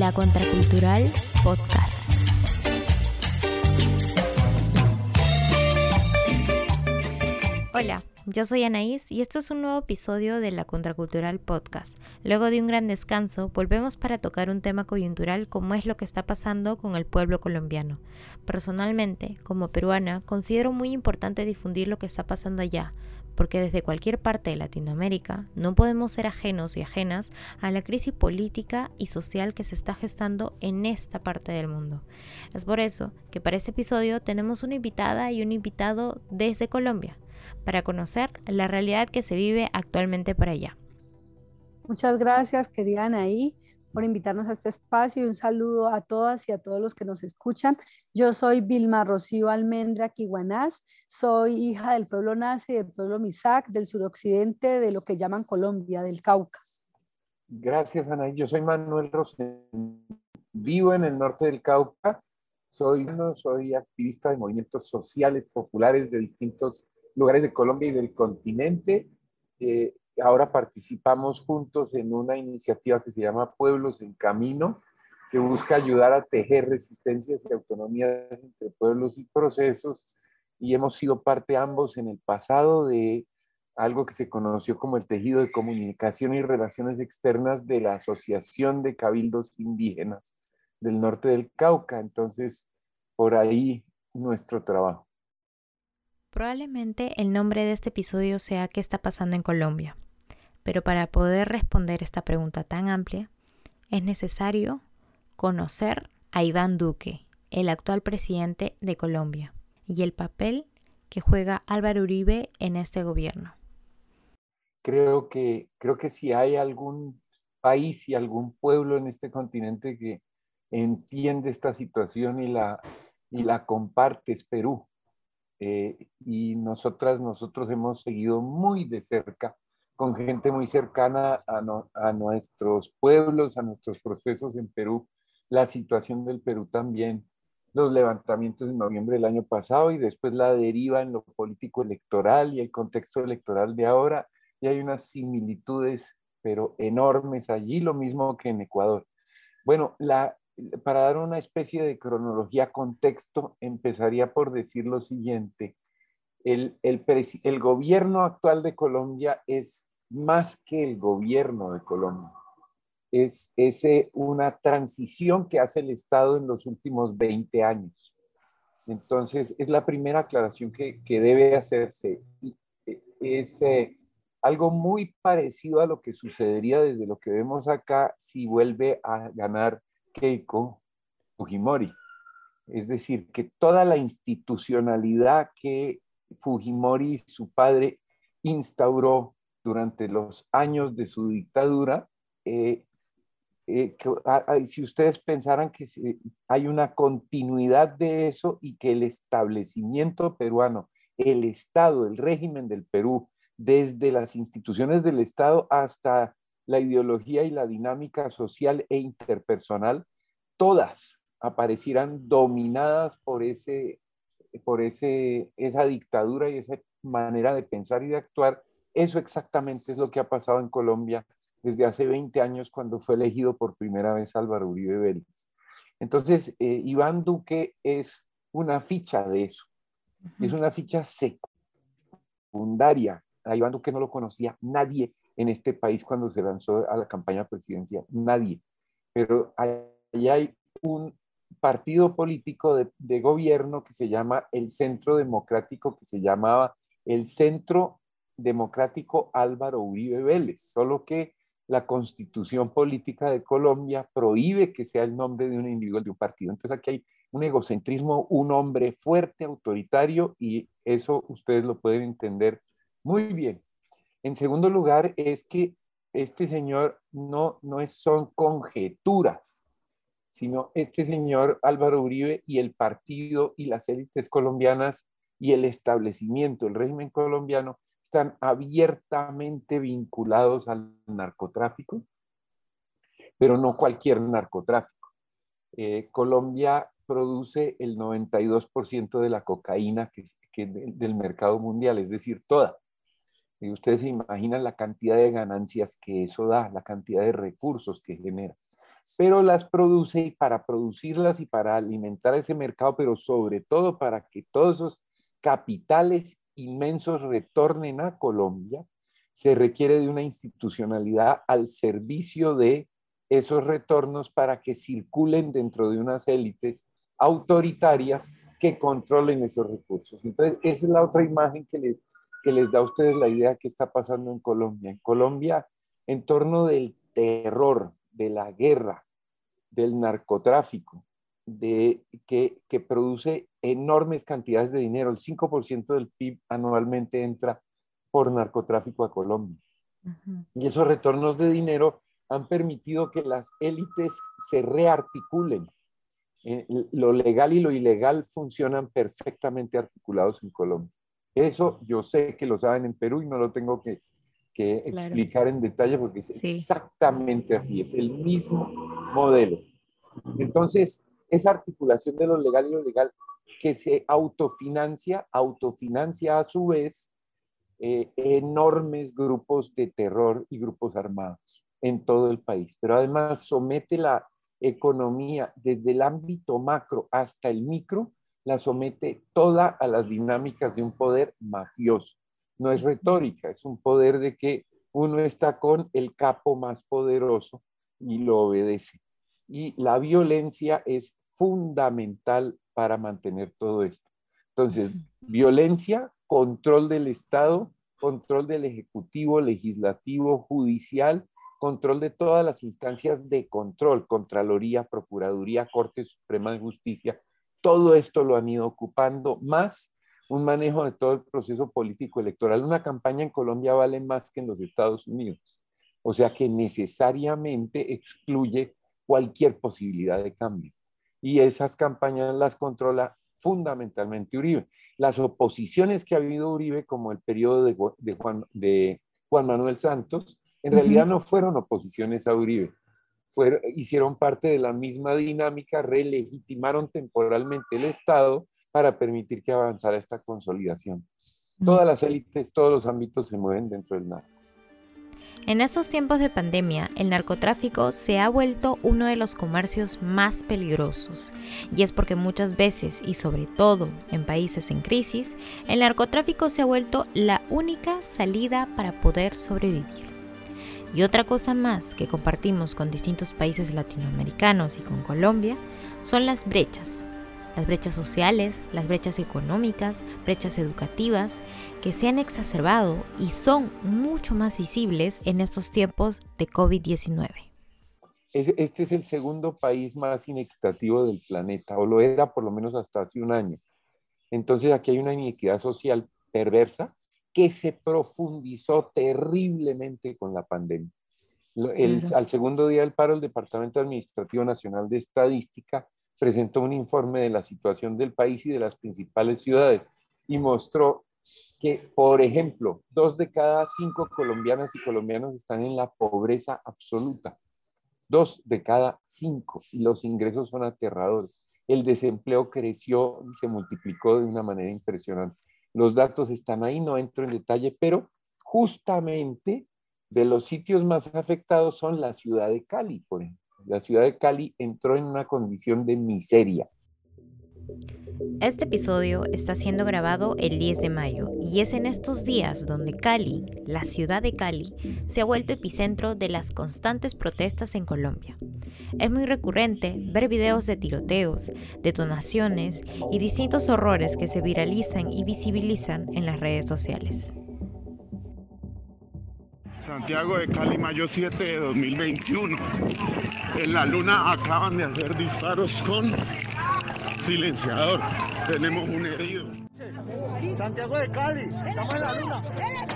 La Contracultural Podcast. Hola, yo soy Anaís y esto es un nuevo episodio de La Contracultural Podcast. Luego de un gran descanso, volvemos para tocar un tema coyuntural como es lo que está pasando con el pueblo colombiano. Personalmente, como peruana, considero muy importante difundir lo que está pasando allá, porque desde cualquier parte de Latinoamérica no podemos ser ajenos y ajenas a la crisis política y social que se está gestando en esta parte del mundo. Es por eso que para este episodio tenemos una invitada y un invitado desde Colombia, para conocer la realidad que se vive actualmente por allá. Muchas gracias, querida Anaí, por invitarnos a este espacio y un saludo a todas y a todos los que nos escuchan. Yo soy Vilma Rocío Almendra Quiguanás, soy hija del pueblo Nase y del pueblo Misak, del suroccidente de lo que llaman Colombia, del Cauca. Gracias, Anaí. Yo soy Manuel Rosén, vivo en el norte del Cauca, soy activista de movimientos sociales populares de distintos lugares de Colombia y del continente. Ahora participamos juntos en una iniciativa que se llama Pueblos en Camino, que busca ayudar a tejer resistencias y autonomías entre pueblos y procesos, y hemos sido parte ambos en el pasado de algo que se conoció como el tejido de comunicación y relaciones externas de la Asociación de Cabildos Indígenas del norte del Cauca. Entonces, por ahí nuestro trabajo. Probablemente el nombre de este episodio sea ¿Qué está pasando en Colombia? Pero para poder responder esta pregunta tan amplia, es necesario conocer a Iván Duque, el actual presidente de Colombia, y el papel que juega Álvaro Uribe en este gobierno. Creo que si hay algún país y algún pueblo en este continente que entiende esta situación y la comparte, es Perú. Y nosotros hemos seguido muy de cerca, con gente muy cercana a nuestros pueblos, a nuestros procesos en Perú, la situación del Perú también, los levantamientos en noviembre del año pasado y después la deriva en lo político electoral y el contexto electoral de ahora, y hay unas similitudes, pero enormes allí, lo mismo que en Ecuador. Bueno, para dar una especie de cronología, contexto, empezaría por decir lo siguiente. El gobierno actual de Colombia es más que el gobierno de Colombia. Es una transición que hace el Estado en los últimos 20 años. Entonces, es la primera aclaración que debe hacerse. Es algo muy parecido a lo que sucedería desde lo que vemos acá si vuelve a ganar Keiko Fujimori. Es decir, que toda la institucionalidad que Fujimori, su padre, instauró durante los años de su dictadura, si ustedes pensaran que hay una continuidad de eso y que el establecimiento peruano, el Estado, el régimen del Perú, desde las instituciones del Estado hasta la ideología y la dinámica social e interpersonal, todas aparecieran dominadas por esa dictadura y esa manera de pensar y de actuar. Eso exactamente es lo que ha pasado en Colombia desde hace 20 años cuando fue elegido por primera vez Álvaro Uribe Vélez. Entonces, Iván Duque es una ficha de eso. Es una ficha secundaria. A Iván Duque no lo conocía nadie en este país cuando se lanzó a la campaña presidencial. Nadie. Pero ahí hay un partido político de gobierno que se llama el Centro Democrático, que se llamaba el Centro Democrático Álvaro Uribe Vélez, solo que la Constitución Política de Colombia prohíbe que sea el nombre de un individuo, de un partido. Entonces aquí hay un egocentrismo, un hombre fuerte, autoritario, y eso ustedes lo pueden entender muy bien. En segundo lugar, es que este señor no son conjeturas, sino este señor Álvaro Uribe y el partido y las élites colombianas y el establecimiento, el régimen colombiano, están abiertamente vinculados al narcotráfico, pero no cualquier narcotráfico. Colombia produce el 92% de la cocaína del mercado mundial, es decir, toda. Y ustedes se imaginan la cantidad de ganancias que eso da, la cantidad de recursos que genera. pero las produce y para producirlas y para alimentar ese mercado, pero sobre todo para que todos esos capitales inmensos retornen a Colombia, se requiere de una institucionalidad al servicio de esos retornos para que circulen dentro de unas élites autoritarias que controlen esos recursos. Entonces, esa es la otra imagen que les da a ustedes la idea que está pasando en Colombia. En Colombia, en torno del terror, de la guerra, del narcotráfico, que produce enormes cantidades de dinero. El 5% del PIB anualmente entra por narcotráfico a Colombia. Uh-huh. Y esos retornos de dinero han permitido que las élites se rearticulen. Lo legal y lo ilegal funcionan perfectamente articulados en Colombia. Eso yo sé que lo saben en Perú y no lo tengo que explicar en detalle porque es exactamente así, es el mismo modelo. Entonces, esa articulación de lo legal y lo ilegal que se autofinancia a su vez enormes grupos de terror y grupos armados en todo el país, pero además somete la economía desde el ámbito macro hasta el micro, la somete toda a las dinámicas de un poder mafioso. No es retórica, es un poder de que uno está con el capo más poderoso y lo obedece. Y la violencia es fundamental para mantener todo esto. Entonces, violencia, control del Estado, control del Ejecutivo, Legislativo, Judicial, control de todas las instancias de control, Contraloría, Procuraduría, Corte Suprema de Justicia, todo esto lo han ido ocupando, más un manejo de todo el proceso político electoral. Una campaña en Colombia vale más que en los Estados Unidos, o sea que necesariamente excluye cualquier posibilidad de cambio. Y esas campañas las controla fundamentalmente Uribe. Las oposiciones que ha habido Uribe, como el periodo de Juan Manuel Santos, en realidad no fueron oposiciones a Uribe, hicieron parte de la misma dinámica, relegitimaron temporalmente el Estado para permitir que avanzara esta consolidación. Todas las élites, todos los ámbitos se mueven dentro del narco. En estos tiempos de pandemia, el narcotráfico se ha vuelto uno de los comercios más peligrosos. Y es porque muchas veces, y sobre todo en países en crisis, el narcotráfico se ha vuelto la única salida para poder sobrevivir. Y otra cosa más que compartimos con distintos países latinoamericanos y con Colombia son las brechas sociales, las brechas económicas, brechas educativas, que se han exacerbado y son mucho más visibles en estos tiempos de COVID-19. Este es el segundo país más inequitativo del planeta, o lo era por lo menos hasta hace un año. Entonces aquí hay una inequidad social perversa que se profundizó terriblemente con la pandemia. Al segundo día del paro, el Departamento Administrativo Nacional de Estadística presentó un informe de la situación del país y de las principales ciudades y mostró que, por ejemplo, 2 de cada 5 colombianas y colombianos están en la pobreza absoluta. 2 de cada 5, y los ingresos son aterradores. El desempleo creció y se multiplicó de una manera impresionante. Los datos están ahí, no entro en detalle, pero justamente de los sitios más afectados son la ciudad de Cali, por ejemplo. La ciudad de Cali entró en una condición de miseria. Este episodio está siendo grabado el 10 de mayo y es en estos días donde Cali, la ciudad de Cali, se ha vuelto epicentro de las constantes protestas en Colombia. Es muy recurrente ver videos de tiroteos, detonaciones y distintos horrores que se viralizan y visibilizan en las redes sociales. Santiago de Cali, mayo 7 de 2021. En la luna acaban de hacer disparos con silenciador. Tenemos un herido. Santiago de Cali, estamos en la luna.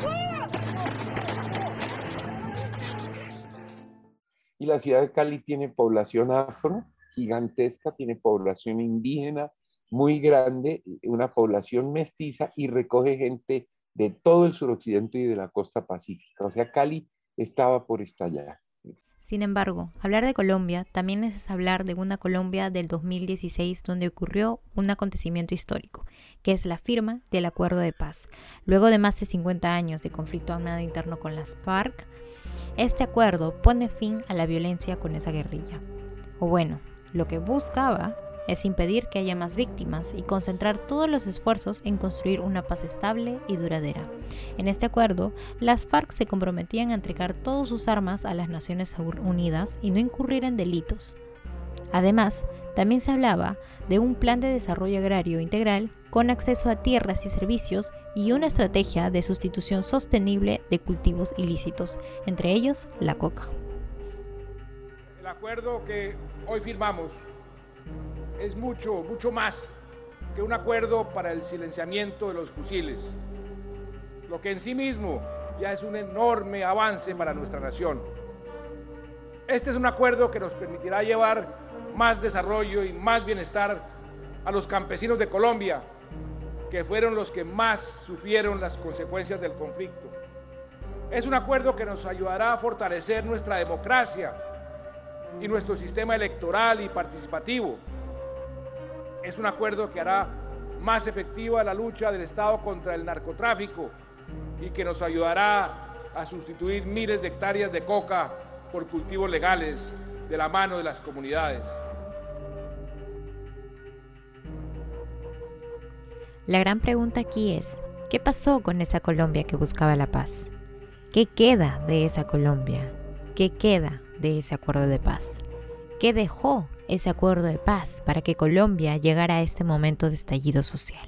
Y la ciudad de Cali tiene población afro gigantesca, tiene población indígena muy grande, una población mestiza y recoge gente de todo el suroccidente y de la costa pacífica. O sea, Cali estaba por estallar. Sin embargo, hablar de Colombia también es hablar de una Colombia del 2016 donde ocurrió un acontecimiento histórico, que es la firma del Acuerdo de Paz. Luego de más de 50 años de conflicto armado interno con las FARC, este acuerdo pone fin a la violencia con esa guerrilla. O bueno, lo que buscaba es impedir que haya más víctimas y concentrar todos los esfuerzos en construir una paz estable y duradera. En este acuerdo, las FARC se comprometían a entregar todas sus armas a las Naciones Unidas y no incurrir en delitos. Además, también se hablaba de un plan de desarrollo agrario integral con acceso a tierras y servicios y una estrategia de sustitución sostenible de cultivos ilícitos, entre ellos la coca. El acuerdo que hoy firmamos es mucho más que un acuerdo para el silenciamiento de los fusiles, lo que en sí mismo ya es un enorme avance para nuestra nación. Este es un acuerdo que nos permitirá llevar más desarrollo y más bienestar a los campesinos de Colombia, que fueron los que más sufrieron las consecuencias del conflicto. Es un acuerdo que nos ayudará a fortalecer nuestra democracia y nuestro sistema electoral y participativo. Es un acuerdo que hará más efectiva la lucha del Estado contra el narcotráfico y que nos ayudará a sustituir miles de hectáreas de coca por cultivos legales de la mano de las comunidades. La gran pregunta aquí es, ¿qué pasó con esa Colombia que buscaba la paz? ¿Qué queda de esa Colombia? ¿Qué queda de ese acuerdo de paz? ¿Qué dejó ese acuerdo de paz para que Colombia llegara a este momento de estallido social?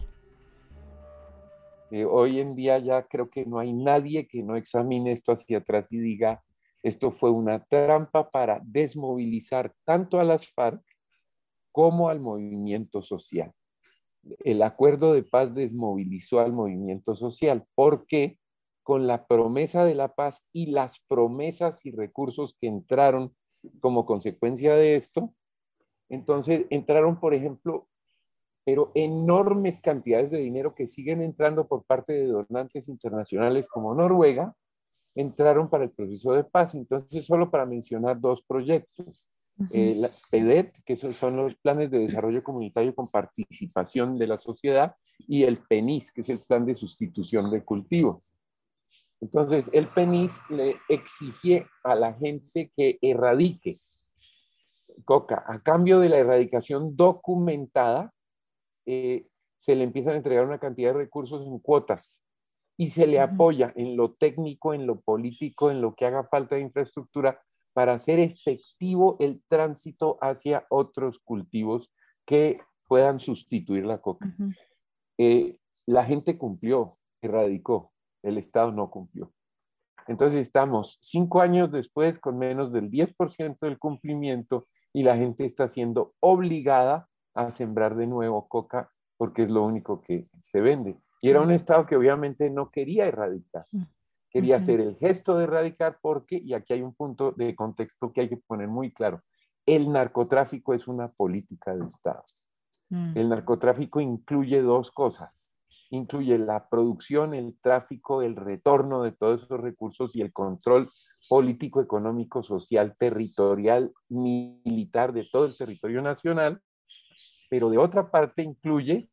Hoy en día ya creo que no hay nadie que no examine esto hacia atrás y diga, esto fue una trampa para desmovilizar tanto a las FARC como al movimiento social. El acuerdo de paz desmovilizó al movimiento social porque con la promesa de la paz y las promesas y recursos que entraron como consecuencia de esto, entonces entraron, por ejemplo, pero enormes cantidades de dinero que siguen entrando por parte de donantes internacionales como Noruega, entraron para el proceso de paz. Entonces, solo para mencionar dos proyectos. La PEDET, que esos son los planes de desarrollo comunitario con participación de la sociedad, y el PENIS, que es el plan de sustitución de cultivos. Entonces, el PENIS le exige a la gente que erradique coca. A cambio de la erradicación documentada, se le empiezan a entregar una cantidad de recursos en cuotas y se le apoya en lo técnico, en lo político, en lo que haga falta de infraestructura para hacer efectivo el tránsito hacia otros cultivos que puedan sustituir la coca. La gente cumplió, erradicó, el Estado no cumplió. Entonces estamos 5 años después con menos del 10% del cumplimiento y la gente está siendo obligada a sembrar de nuevo coca porque es lo único que se vende. Y era un Estado que obviamente no quería erradicar. Quería hacer el gesto de erradicar porque, y aquí hay un punto de contexto que hay que poner muy claro, el narcotráfico es una política de Estado. El narcotráfico incluye dos cosas. Incluye la producción, el tráfico, el retorno de todos esos recursos y el control político, económico, social, territorial, militar de todo el territorio nacional, pero de otra parte incluye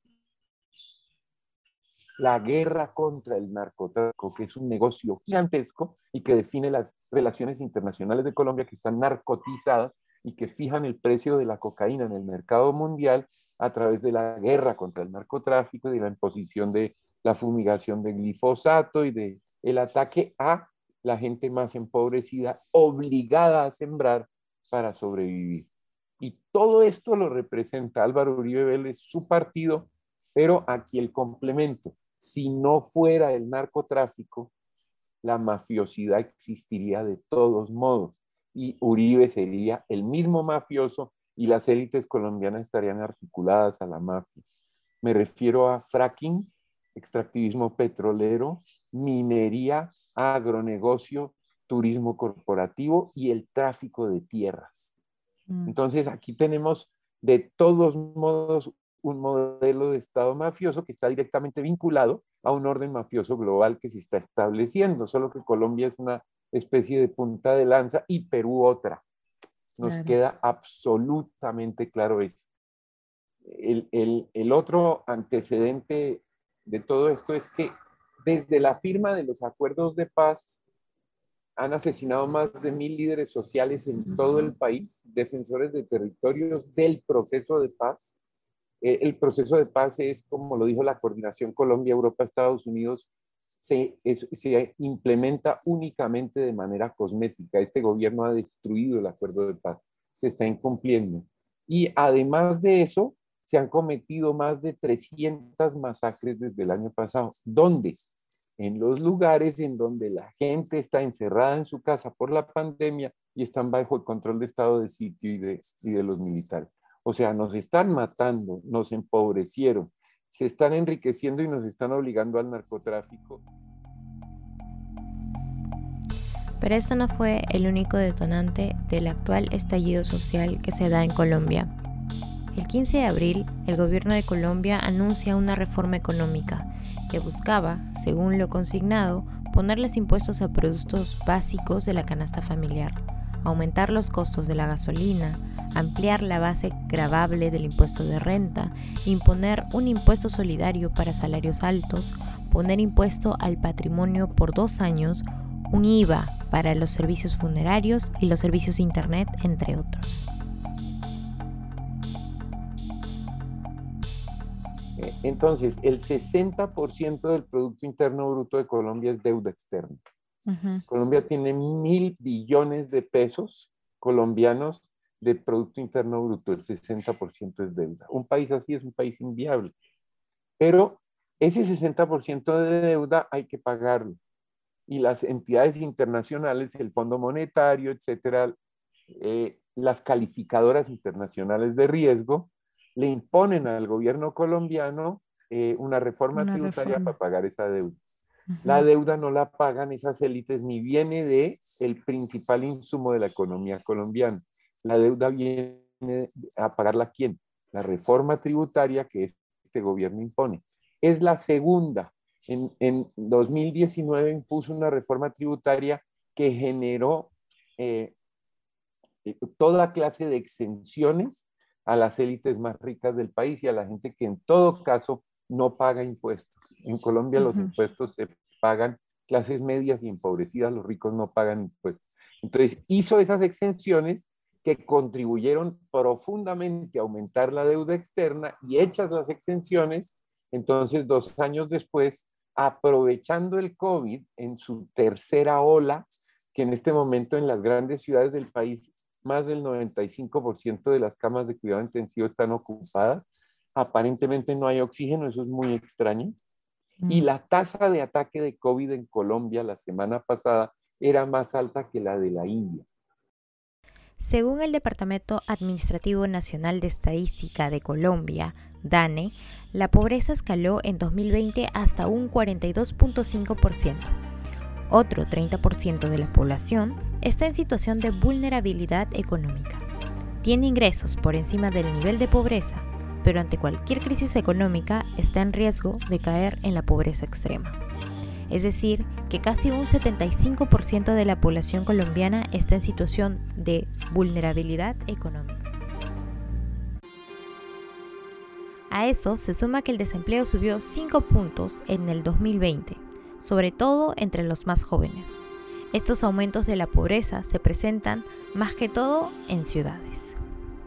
la guerra contra el narcotráfico, que es un negocio gigantesco y que define las relaciones internacionales de Colombia que están narcotizadas y que fijan el precio de la cocaína en el mercado mundial a través de la guerra contra el narcotráfico y de la imposición de la fumigación de glifosato y de el ataque a la gente más empobrecida, obligada a sembrar para sobrevivir. Y todo esto lo representa Álvaro Uribe Vélez, su partido, pero aquí el complemento. Si no fuera el narcotráfico, la mafiosidad existiría de todos modos y Uribe sería el mismo mafioso y las élites colombianas estarían articuladas a la mafia. Me refiero a fracking, extractivismo petrolero, minería, agronegocio, turismo corporativo y el tráfico de tierras. Entonces aquí tenemos de todos modos un modelo de Estado mafioso que está directamente vinculado a un orden mafioso global que se está estableciendo, solo que Colombia es una especie de punta de lanza y Perú otra. Nos queda absolutamente claro eso. El otro antecedente de todo esto es que desde la firma de los acuerdos de paz, han asesinado más de 1000 líderes sociales en todo el país, defensores de territorios del proceso de paz. El proceso de paz es, como lo dijo la Coordinación Colombia, Europa, Estados Unidos, se implementa únicamente de manera cosmética. Este gobierno ha destruido el acuerdo de paz, se está incumpliendo. Y además de eso, se han cometido más de 300 masacres desde el año pasado. ¿Dónde? En los lugares en donde la gente está encerrada en su casa por la pandemia y están bajo el control de estado de sitio y de los militares. O sea, nos están matando, nos empobrecieron, se están enriqueciendo y nos están obligando al narcotráfico. Pero esto no fue el único detonante del actual estallido social que se da en Colombia. El 15 de abril, el gobierno de Colombia anuncia una reforma económica que buscaba, según lo consignado, ponerles impuestos a productos básicos de la canasta familiar, aumentar los costos de la gasolina, ampliar la base gravable del impuesto de renta, imponer un impuesto solidario para salarios altos, poner impuesto al patrimonio por 2 años, un IVA para los servicios funerarios y los servicios de internet, entre otros. Entonces, el 60% del Producto Interno Bruto de Colombia es deuda externa. Colombia tiene 1.000 billones de pesos colombianos de Producto Interno Bruto, el 60% es deuda. Un país así es un país inviable. Pero ese 60% de deuda hay que pagarlo. Y las entidades internacionales, el Fondo Monetario, etcétera, las calificadoras internacionales de riesgo, le imponen al gobierno colombiano una reforma tributaria para pagar esa deuda. La deuda no la pagan esas élites ni viene del principal insumo de la economía colombiana. La deuda viene a pagarla ¿quién? La reforma tributaria que este gobierno impone. Es la segunda. En 2019 impuso una reforma tributaria que generó toda clase de exenciones a las élites más ricas del país y a la gente que en todo caso no paga impuestos. En Colombia los impuestos se pagan clases medias y empobrecidas, los ricos no pagan impuestos. Entonces hizo esas exenciones que contribuyeron profundamente a aumentar la deuda externa y hechas las exenciones, entonces 2 años después, aprovechando el COVID en su tercera ola, que en este momento en las grandes ciudades del país más del 95% de las camas de cuidado intensivo están ocupadas. Aparentemente no hay oxígeno, eso es muy extraño. Y la tasa de ataque de COVID en Colombia la semana pasada era más alta que la de la India. Según el Departamento Administrativo Nacional de Estadística de Colombia, DANE, la pobreza escaló en 2020 hasta un 42.5%. Otro 30% de la población está en situación de vulnerabilidad económica. Tiene ingresos por encima del nivel de pobreza, pero ante cualquier crisis económica está en riesgo de caer en la pobreza extrema. Es decir, que casi un 75% de la población colombiana está en situación de vulnerabilidad económica. A eso se suma que el desempleo subió 5 puntos en el 2020, sobre todo entre los más jóvenes. Estos aumentos de la pobreza se presentan más que todo en ciudades.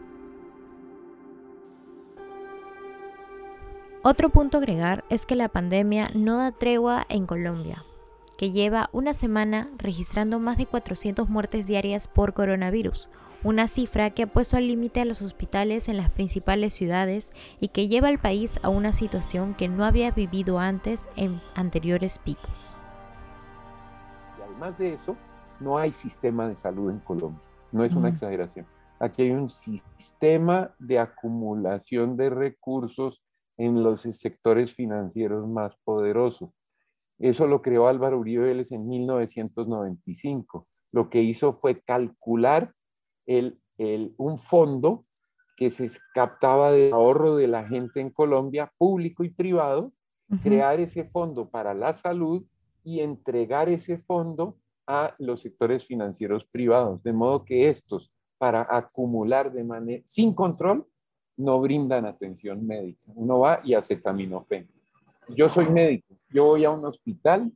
Otro punto a agregar es que la pandemia no da tregua en Colombia, que lleva una semana registrando más de 400 muertes diarias por coronavirus, una cifra que ha puesto al límite a los hospitales en las principales ciudades y que lleva al país a una situación que no había vivido antes en anteriores picos. Y además de eso, no hay sistema de salud en Colombia, no es una exageración. Aquí hay un sistema de acumulación de recursos en los sectores financieros más poderosos. Eso lo creó Álvaro Uribe Vélez en 1995. Lo que hizo fue calcular un fondo que se captaba del ahorro de la gente en Colombia, público y privado, crear ese fondo para la salud y entregar ese fondo a los sectores financieros privados, de modo que estos, para acumular de manera sin control, no brindan atención médica. Uno va y acetaminofén. Yo soy médico, yo voy a un hospital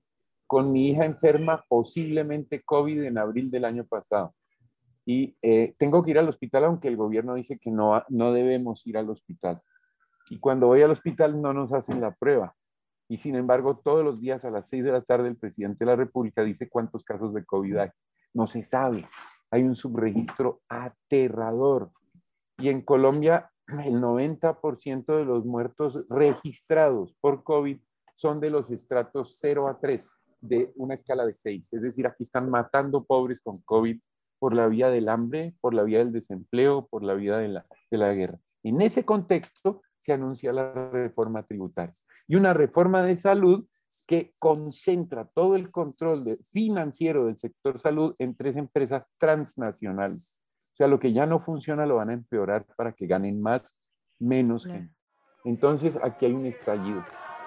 con mi hija enferma, posiblemente COVID en abril del año pasado. Y tengo que ir al hospital, aunque el gobierno dice que no debemos ir al hospital. Y cuando voy al hospital no nos hacen la prueba. Y sin embargo, todos los días a las 6 de la tarde el presidente de la República dice cuántos casos de COVID hay. No se sabe. Hay un subregistro aterrador. Y en Colombia, el 90% de los muertos registrados por COVID son de los estratos 0 a 3, de una escala de 6. Es decir, aquí están matando pobres con COVID por la vía del hambre, por la vía del desempleo, por la vía de la guerra. En ese contexto se anuncia la reforma tributaria y una reforma de salud que concentra todo el control financiero del sector salud en 3 empresas transnacionales. O sea, lo que ya no funciona lo van a empeorar para que ganen más, menos gente. Entonces, aquí hay un estallido.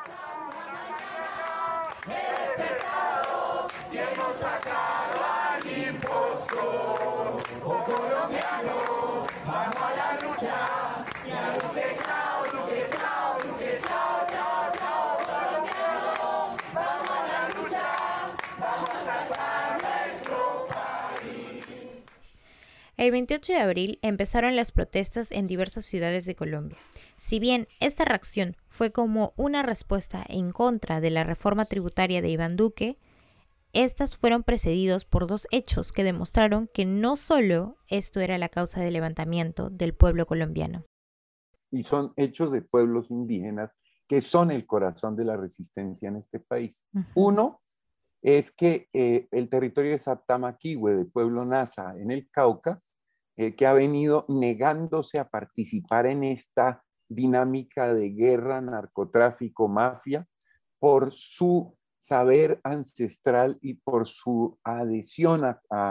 El 28 de abril empezaron las protestas en diversas ciudades de Colombia. Si bien esta reacción fue como una respuesta en contra de la reforma tributaria de Iván Duque, estas fueron precedidos por 2 hechos que demostraron que no solo esto era la causa del levantamiento del pueblo colombiano. Y son hechos de pueblos indígenas que son el corazón de la resistencia en este país. Uno es que el territorio de Satamaquihue, de Pueblo Nasa, en el Cauca, que ha venido negándose a participar en esta dinámica de guerra, narcotráfico, mafia, por su saber ancestral y por su adhesión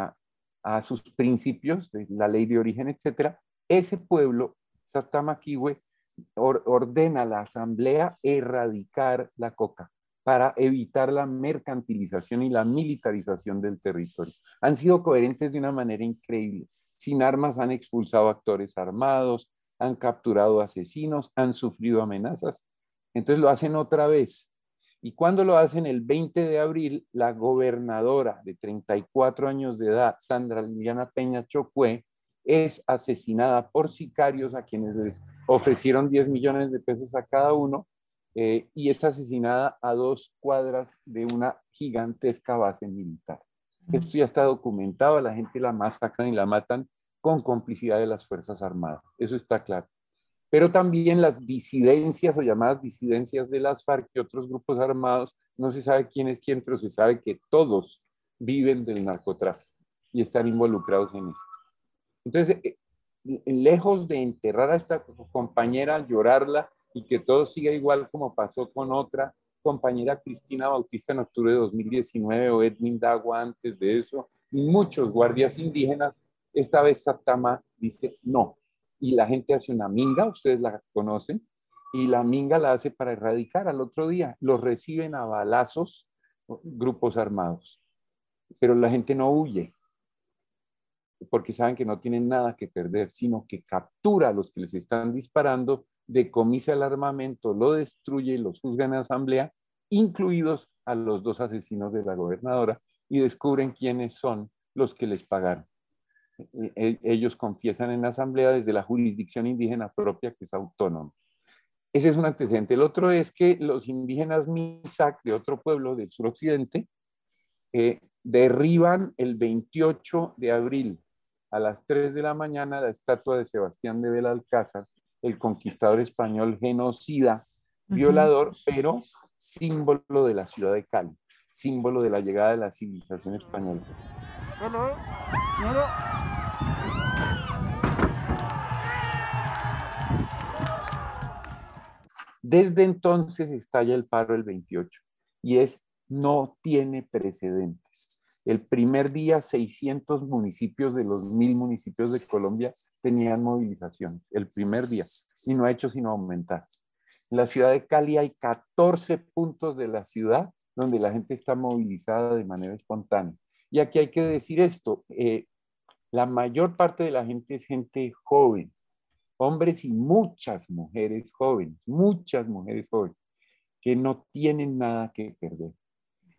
a sus principios, de la ley de origen, etc. Ese pueblo, Satamaquihue, ordena a la asamblea erradicar la coca para evitar la mercantilización y la militarización del territorio. Han sido coherentes de una manera increíble. Sin armas han expulsado actores armados, han capturado asesinos, han sufrido amenazas. Entonces lo hacen otra vez. Y cuando lo hacen el 20 de abril, la gobernadora de 34 años de edad, Sandra Liliana Peña Chocue, es asesinada por sicarios a quienes les ofrecieron 10 millones de pesos a cada uno, y es asesinada a 2 cuadras de una gigantesca base militar. Esto ya está documentado, la gente la masacran y la matan con complicidad de las Fuerzas Armadas, eso está claro. Pero también las disidencias o llamadas disidencias de las FARC y otros grupos armados, no se sabe quién es quién, pero se sabe que todos viven del narcotráfico y están involucrados en esto. Entonces, lejos de enterrar a esta compañera, llorarla y que todo siga igual como pasó con otra compañera, Cristina Bautista, en octubre de 2019, o Edwin Dagua antes de eso, y muchos guardias indígenas, esta vez Satama dice no. Y la gente hace una minga, ustedes la conocen, y la minga la hace para erradicar al otro día. Los reciben a balazos grupos armados, pero la gente no huye, porque saben que no tienen nada que perder, sino que captura a los que les están disparando, decomisa el armamento, lo destruye y los juzga en asamblea, incluidos a los 2 asesinos de la gobernadora, y descubren quiénes son los que les pagaron. Ellos confiesan en la asamblea desde la jurisdicción indígena propia, que es autónoma. Ese es un antecedente. El otro es que los indígenas Misak, de otro pueblo del suroccidente, derriban el 28 de abril a las 3 de la mañana la estatua de Sebastián de Belalcázar, el conquistador español genocida, violador, pero símbolo de la ciudad de Cali, símbolo de la llegada de la civilización española. Desde entonces estalla el paro el 28 y no tiene precedentes. El primer día 600 municipios de los 1000 municipios de Colombia tenían movilizaciones, el primer día, y no ha hecho sino aumentar. En la ciudad de Cali hay 14 puntos de la ciudad donde la gente está movilizada de manera espontánea. Y aquí hay que decir esto, la mayor parte de la gente es gente joven, hombres y muchas mujeres jóvenes, que no tienen nada que perder.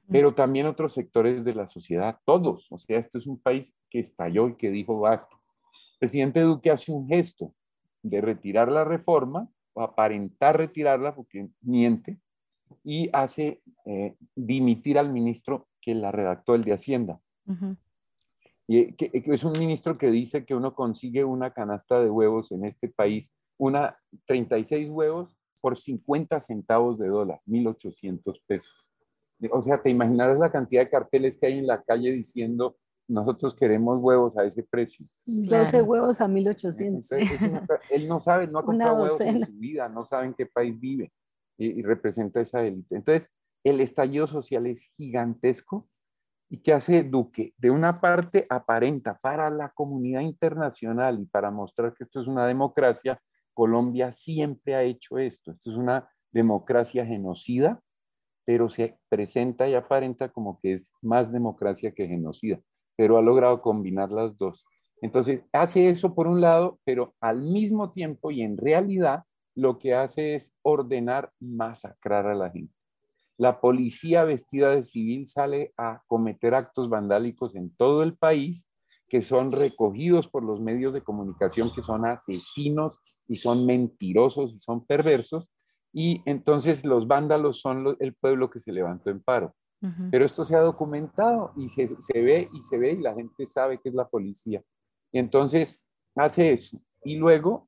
pero también otros sectores de la sociedad, todos. O sea, este es un país que estalló y que dijo basta. El presidente Duque hace un gesto de retirar la reforma, o aparentar retirarla porque miente, y hace dimitir al ministro que la redactó, el de Hacienda. Y que es un ministro que dice que uno consigue una canasta de huevos en este país, 36 huevos por 50 centavos de dólar, 1.800 pesos. O sea, te imaginarás la cantidad de carteles que hay en la calle diciendo nosotros queremos huevos a ese precio. 12 huevos a 1.800. Él no sabe, no ha comprado huevos en docena. su vida, no sabe en qué país vive y representa esa élite. Entonces, el estallido social es gigantesco. ¿Y qué hace Duque? De una parte aparenta para la comunidad internacional y para mostrar que esto es una democracia, Colombia siempre ha hecho esto. Esto es una democracia genocida, pero se presenta y aparenta como que es más democracia que genocida, pero ha logrado combinar las dos. Entonces, hace eso por un lado, pero al mismo tiempo y en realidad lo que hace es ordenar masacrar a la gente. La policía vestida de civil sale a cometer actos vandálicos en todo el país que son recogidos por los medios de comunicación, que son asesinos y son mentirosos y son perversos. Y entonces los vándalos son el pueblo que se levantó en paro. Pero esto se ha documentado y se ve y la gente sabe que es la policía. Y entonces hace eso. Y luego...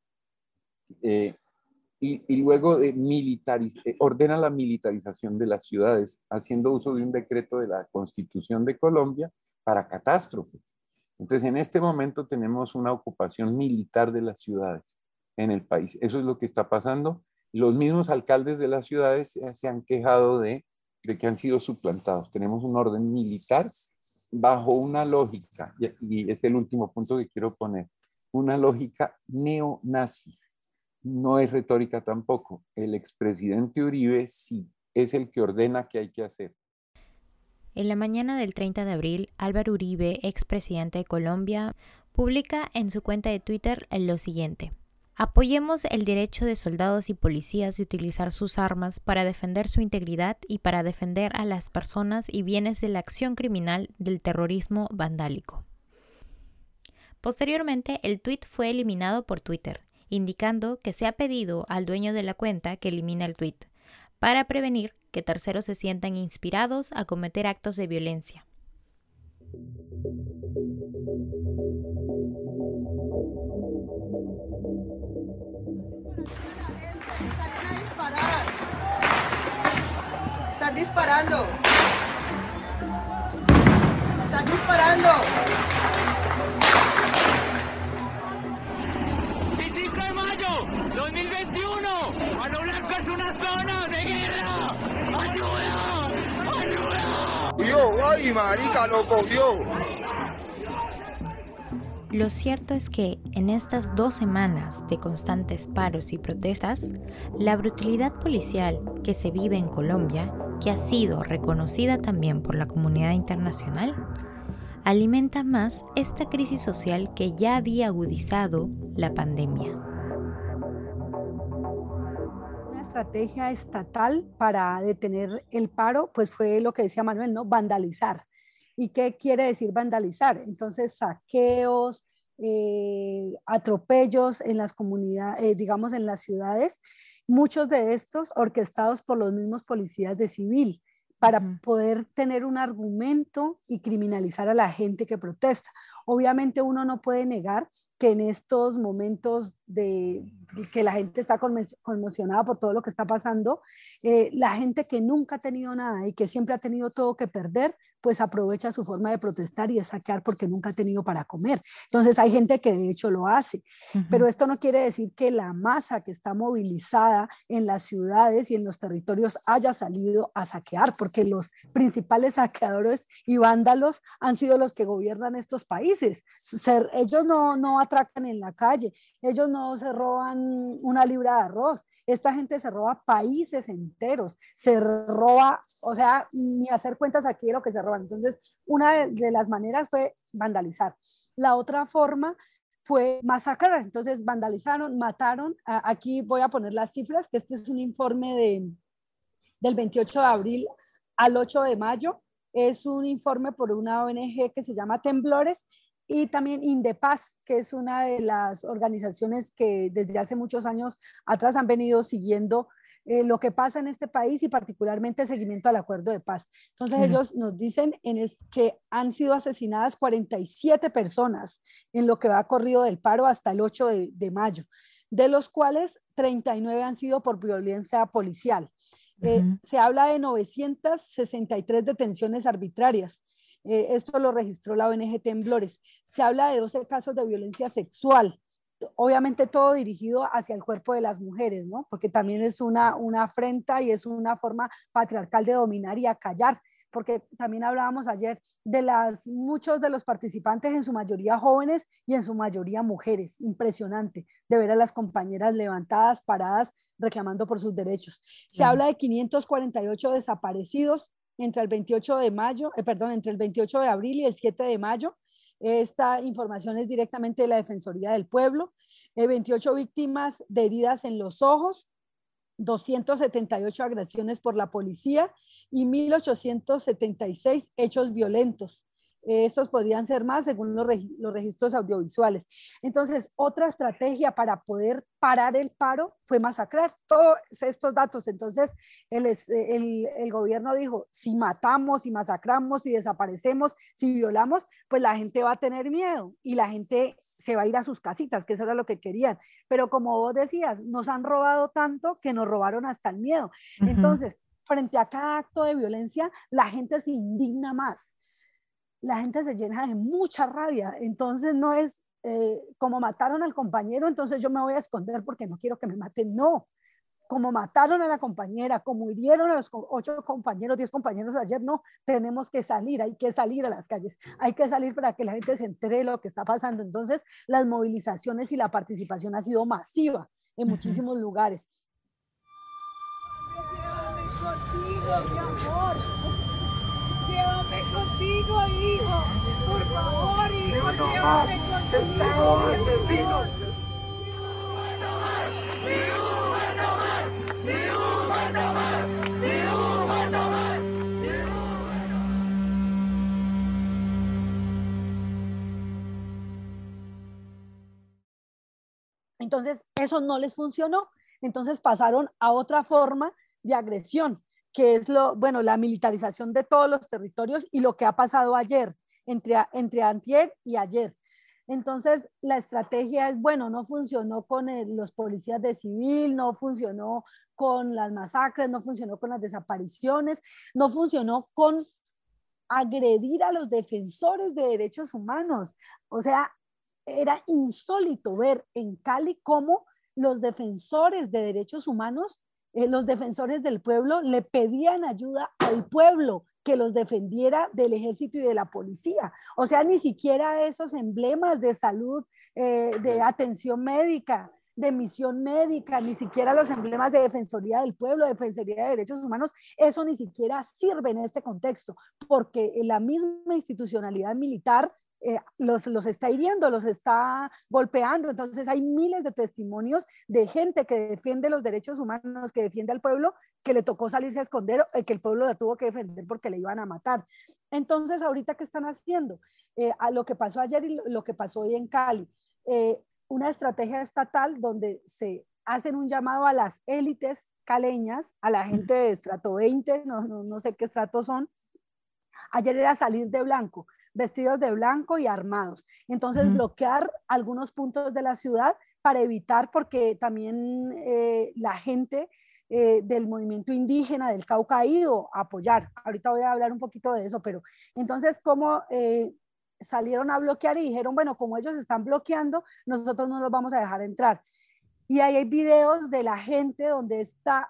Y luego ordena la militarización de las ciudades, haciendo uso de un decreto de la Constitución de Colombia para catástrofes. Entonces, en este momento tenemos una ocupación militar de las ciudades en el país. Eso es lo que está pasando. Los mismos alcaldes de las ciudades se han quejado de que han sido suplantados. Tenemos un orden militar bajo una lógica, y es el último punto que quiero poner, una lógica neonazi. No es retórica tampoco. El expresidente Uribe sí es el que ordena qué hay que hacer. En la mañana del 30 de abril, Álvaro Uribe, expresidente de Colombia, publica en su cuenta de Twitter lo siguiente: apoyemos el derecho de soldados y policías de utilizar sus armas para defender su integridad y para defender a las personas y bienes de la acción criminal del terrorismo vandálico. Posteriormente, el tuit fue eliminado por Twitter, indicando que se ha pedido al dueño de la cuenta que elimine el tuit, para prevenir que terceros se sientan inspirados a cometer actos de violencia. ¡Están disparando! ¡Están disparando! 2021, Mano Blanca es una zona de guerra. ¡Ayuda! ¡Ayuda! ¡Yo! ¡Ay, marica, lo cogió! Lo cierto es que en estas 2 semanas de constantes paros y protestas, la brutalidad policial que se vive en Colombia, que ha sido reconocida también por la comunidad internacional, alimenta más esta crisis social que ya había agudizado la pandemia. Estrategia estatal para detener el paro, pues fue lo que decía Manuel, ¿no? Vandalizar. ¿Y qué quiere decir vandalizar? Entonces, saqueos, atropellos en las comunidades, digamos en las ciudades, muchos de estos orquestados por los mismos policías de civil, para poder tener un argumento y criminalizar a la gente que protesta. Obviamente uno no puede negar que en estos momentos de que la gente está conmocionada por todo lo que está pasando, la gente que nunca ha tenido nada y que siempre ha tenido todo que perder, pues aprovecha su forma de protestar y de saquear porque nunca ha tenido para comer. Entonces hay gente que de hecho lo hace, pero esto no quiere decir que la masa que está movilizada en las ciudades y en los territorios haya salido a saquear, porque los principales saqueadores y vándalos han sido los que gobiernan estos países. Ellos no atracan en la calle, ellos no se roban una libra de arroz, esta gente se roba países enteros, se roba, o sea, ni hacer cuentas aquí de lo que se roban. Entonces, una de las maneras fue vandalizar. La otra forma fue masacrar. Entonces, vandalizaron, mataron. Aquí voy a poner las cifras, que este es un informe del 28 de abril al 8 de mayo. Es un informe por una ONG que se llama Temblores, y también Indepaz, que es una de las organizaciones que desde hace muchos años atrás han venido siguiendo lo que pasa en este país y particularmente el seguimiento al acuerdo de paz. Entonces ellos nos dicen que han sido asesinadas 47 personas en lo que va corrido del paro hasta el 8 de mayo, de los cuales 39 han sido por violencia policial. Se habla de 963 detenciones arbitrarias. Esto lo registró la ONG Temblores. Se habla de 12 casos de violencia sexual, obviamente todo dirigido hacia el cuerpo de las mujeres, ¿no? Porque también es una afrenta y es una forma patriarcal de dominar y acallar, porque también hablábamos ayer de muchos de los participantes, en su mayoría jóvenes y en su mayoría mujeres. Impresionante de ver a las compañeras levantadas, paradas, reclamando por sus derechos. Se habla de 548 desaparecidos entre el 28 de mayo, entre el 28 de abril y el 7 de mayo. Esta información es directamente de la Defensoría del Pueblo. 28 víctimas de heridas en los ojos, 278 agresiones por la policía y 1.876 hechos violentos. Estos podrían ser más según los registros audiovisuales. Entonces, otra estrategia para poder parar el paro fue masacrar todos estos datos. Entonces, el gobierno dijo, si matamos, si masacramos, si desaparecemos, si violamos, pues la gente va a tener miedo y la gente se va a ir a sus casitas, que eso era lo que querían. Pero como vos decías, nos han robado tanto que nos robaron hasta el miedo. Entonces, frente a cada acto de violencia, la gente se indigna más. La gente se llena de mucha rabia, entonces no es como mataron al compañero, entonces yo me voy a esconder porque no quiero que me maten, no, como mataron a la compañera, como hirieron a los 8 compañeros, 10 compañeros ayer, no, tenemos que salir, hay que salir a las calles, hay que salir para que la gente se entere de lo que está pasando. Entonces las movilizaciones y la participación ha sido masiva en muchísimos lugares. Contigo, mi amor. Llévame contigo, hijo. Por favor, hijo, llévame contigo. Entonces, eso no les funcionó. Entonces pasaron a otra forma de agresión, que es la militarización de todos los territorios y lo que ha pasado ayer, entre antier y ayer. Entonces, la estrategia es, no funcionó con los policías de civil, no funcionó con las masacres, no funcionó con las desapariciones, no funcionó con agredir a los defensores de derechos humanos. O sea, era insólito ver en Cali cómo los defensores de derechos humanos, los defensores del pueblo, le pedían ayuda al pueblo que los defendiera del ejército y de la policía. O sea, ni siquiera esos emblemas de salud, de atención médica, de misión médica, ni siquiera los emblemas de defensoría del pueblo, defensoría de derechos humanos, eso ni siquiera sirve en este contexto, porque la misma institucionalidad militar los está hiriendo, los está golpeando. Entonces hay miles de testimonios de gente que defiende los derechos humanos, que defiende al pueblo, que le tocó salirse a esconder, que el pueblo la tuvo que defender porque le iban a matar. Entonces, ahorita, ¿qué están haciendo? A lo que pasó ayer y lo que pasó hoy en Cali, una estrategia estatal donde se hacen un llamado a las élites caleñas, a la gente de estrato 20, no sé qué estratos son. Ayer era salir de blanco, vestidos de blanco y armados. Entonces, bloquear algunos puntos de la ciudad para evitar, porque también la gente del movimiento indígena del Cauca ha ido a apoyar. Ahorita voy a hablar un poquito de eso, pero entonces, ¿cómo salieron a bloquear y dijeron, bueno, como ellos están bloqueando, nosotros no los vamos a dejar entrar? Y ahí hay videos de la gente donde esta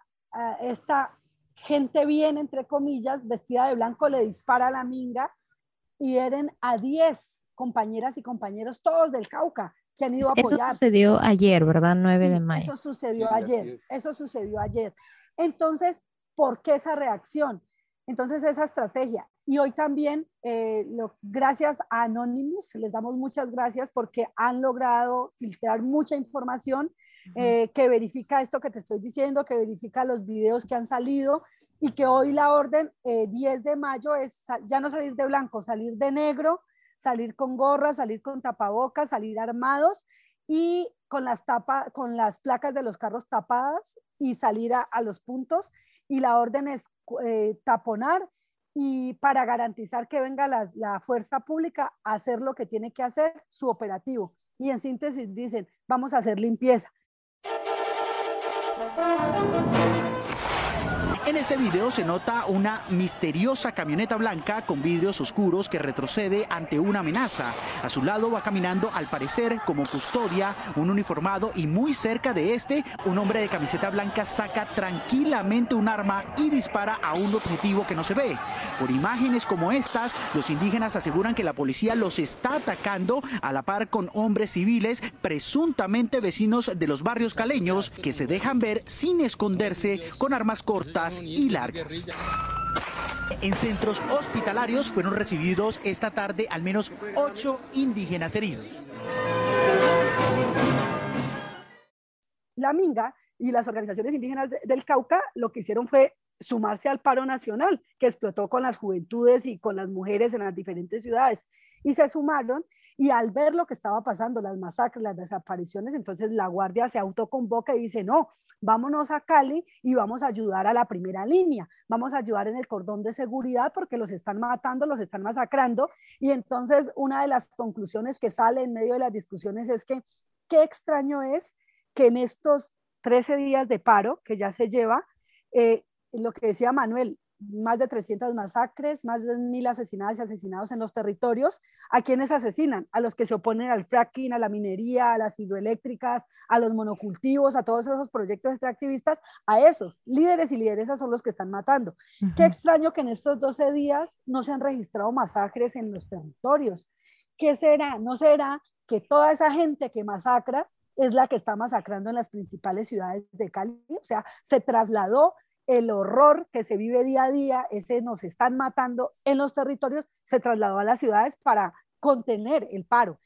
gente bien, entre comillas, vestida de blanco, le dispara a la minga y hieren a 10 compañeras y compañeros, todos del Cauca, que han ido a apoyar. Eso sucedió ayer, ¿verdad? 9 de mayo. Eso sucedió ayer, eso sucedió ayer. Entonces, ¿por qué esa reacción? Entonces, esa estrategia. Y hoy también, gracias a Anonymous, les damos muchas gracias porque han logrado filtrar mucha información. que verifica esto que te estoy diciendo, que verifica los videos que han salido y que hoy la orden 10 de mayo es ya no salir de blanco, salir de negro, salir con gorra, salir con tapabocas, salir armados y con las placas de los carros tapadas y salir a los puntos. Y la orden es taponar y para garantizar que venga la fuerza pública a hacer lo que tiene que hacer, su operativo. Y en síntesis dicen, vamos a hacer limpieza. En este video se nota una misteriosa camioneta blanca con vidrios oscuros que retrocede ante una amenaza. A su lado va caminando, al parecer, como custodia, un uniformado y muy cerca de este, un hombre de camiseta blanca saca tranquilamente un arma y dispara a un objetivo que no se ve. Por imágenes como estas, los indígenas aseguran que la policía los está atacando a la par con hombres civiles, presuntamente vecinos de los barrios caleños, que se dejan ver sin esconderse con armas cortas y largas. En centros hospitalarios fueron recibidos esta tarde al menos 8 indígenas heridos. La Minga y las organizaciones indígenas del Cauca lo que hicieron fue sumarse al paro nacional que explotó con las juventudes y con las mujeres en las diferentes ciudades, y se sumaron, y al ver lo que estaba pasando, las masacres, las desapariciones, entonces la Guardia se autoconvoca y dice, no, vámonos a Cali y vamos a ayudar a la primera línea, vamos a ayudar en el cordón de seguridad porque los están matando, los están masacrando. Y entonces una de las conclusiones que sale en medio de las discusiones es que qué extraño es que en estos 13 días de paro que ya se lleva, lo que decía Manuel, más de 300 masacres, más de 1.000 asesinadas y asesinados en los territorios. ¿A quiénes asesinan? A los que se oponen al fracking, a la minería, a las hidroeléctricas, a los monocultivos, a todos esos proyectos extractivistas. A esos líderes y lideresas son los que están matando. Qué extraño que en estos 12 días no se han registrado masacres en los territorios. ¿Qué será? ¿No será que toda esa gente que masacra es la que está masacrando en las principales ciudades de Cali? O sea, se trasladó el horror que se vive día a día, ese nos están matando en los territorios, se trasladó a las ciudades para contener el paro.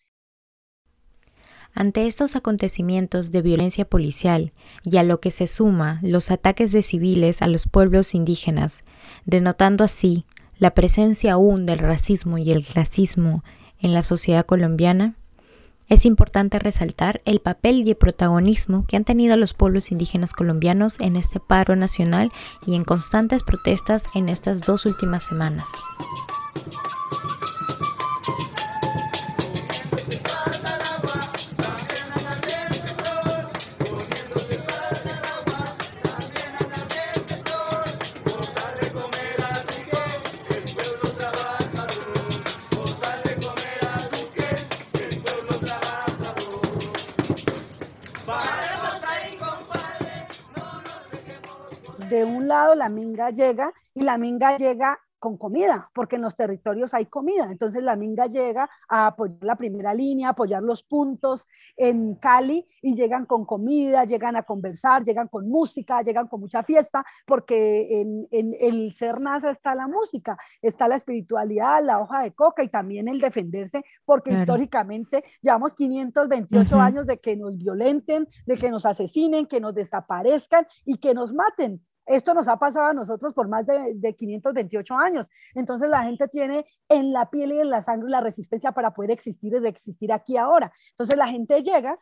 Ante estos acontecimientos de violencia policial y a lo que se suma los ataques de civiles a los pueblos indígenas, denotando así la presencia aún del racismo y el clasismo en la sociedad colombiana, es importante resaltar el papel y el protagonismo que han tenido los pueblos indígenas colombianos en este paro nacional y en constantes protestas en estas 2 últimas semanas. De un lado la Minga llega y la Minga llega con comida, porque en los territorios hay comida. Entonces la Minga llega a apoyar la primera línea, a apoyar los puntos en Cali y llegan con comida, llegan a conversar, llegan con música, llegan con mucha fiesta, porque en el ser NASA está la música, está la espiritualidad, la hoja de coca y también el defenderse, porque históricamente llevamos 528 años de que nos violenten, de que nos asesinen, que nos desaparezcan y que nos maten. Esto nos ha pasado a nosotros por más de 528 años. Entonces la gente tiene en la piel y en la sangre la resistencia para poder existir y de existir aquí ahora. Entonces la gente llega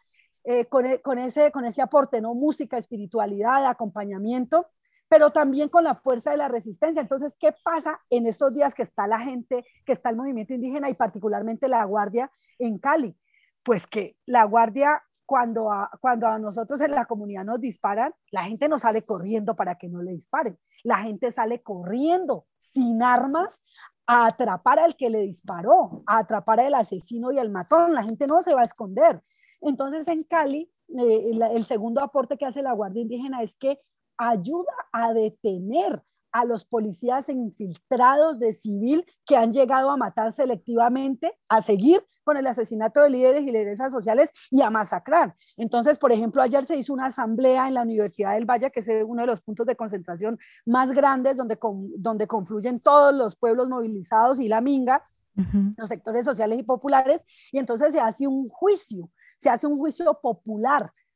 con ese aporte, ¿no? Música, espiritualidad, acompañamiento, pero también con la fuerza de la resistencia. Entonces, ¿qué pasa en estos días que está la gente, que está el movimiento indígena y particularmente la Guardia en Cali? Pues que la Guardia, cuando a nosotros en la comunidad nos disparan, la gente no sale corriendo para que no le disparen. La gente sale corriendo sin armas a atrapar al que le disparó, a atrapar al asesino y al matón. La gente no se va a esconder. Entonces en Cali, el segundo aporte que hace la Guardia Indígena es que ayuda a detener a los policías infiltrados de civil que han llegado a matar selectivamente, a seguir con el asesinato de líderes y lideresas sociales y a masacrar. Entonces, por ejemplo, ayer se hizo una asamblea en la Universidad del Valle, que es uno de los puntos de concentración más grandes, donde confluyen todos los pueblos movilizados y la Minga, los sectores sociales y populares, y entonces se hace un juicio popular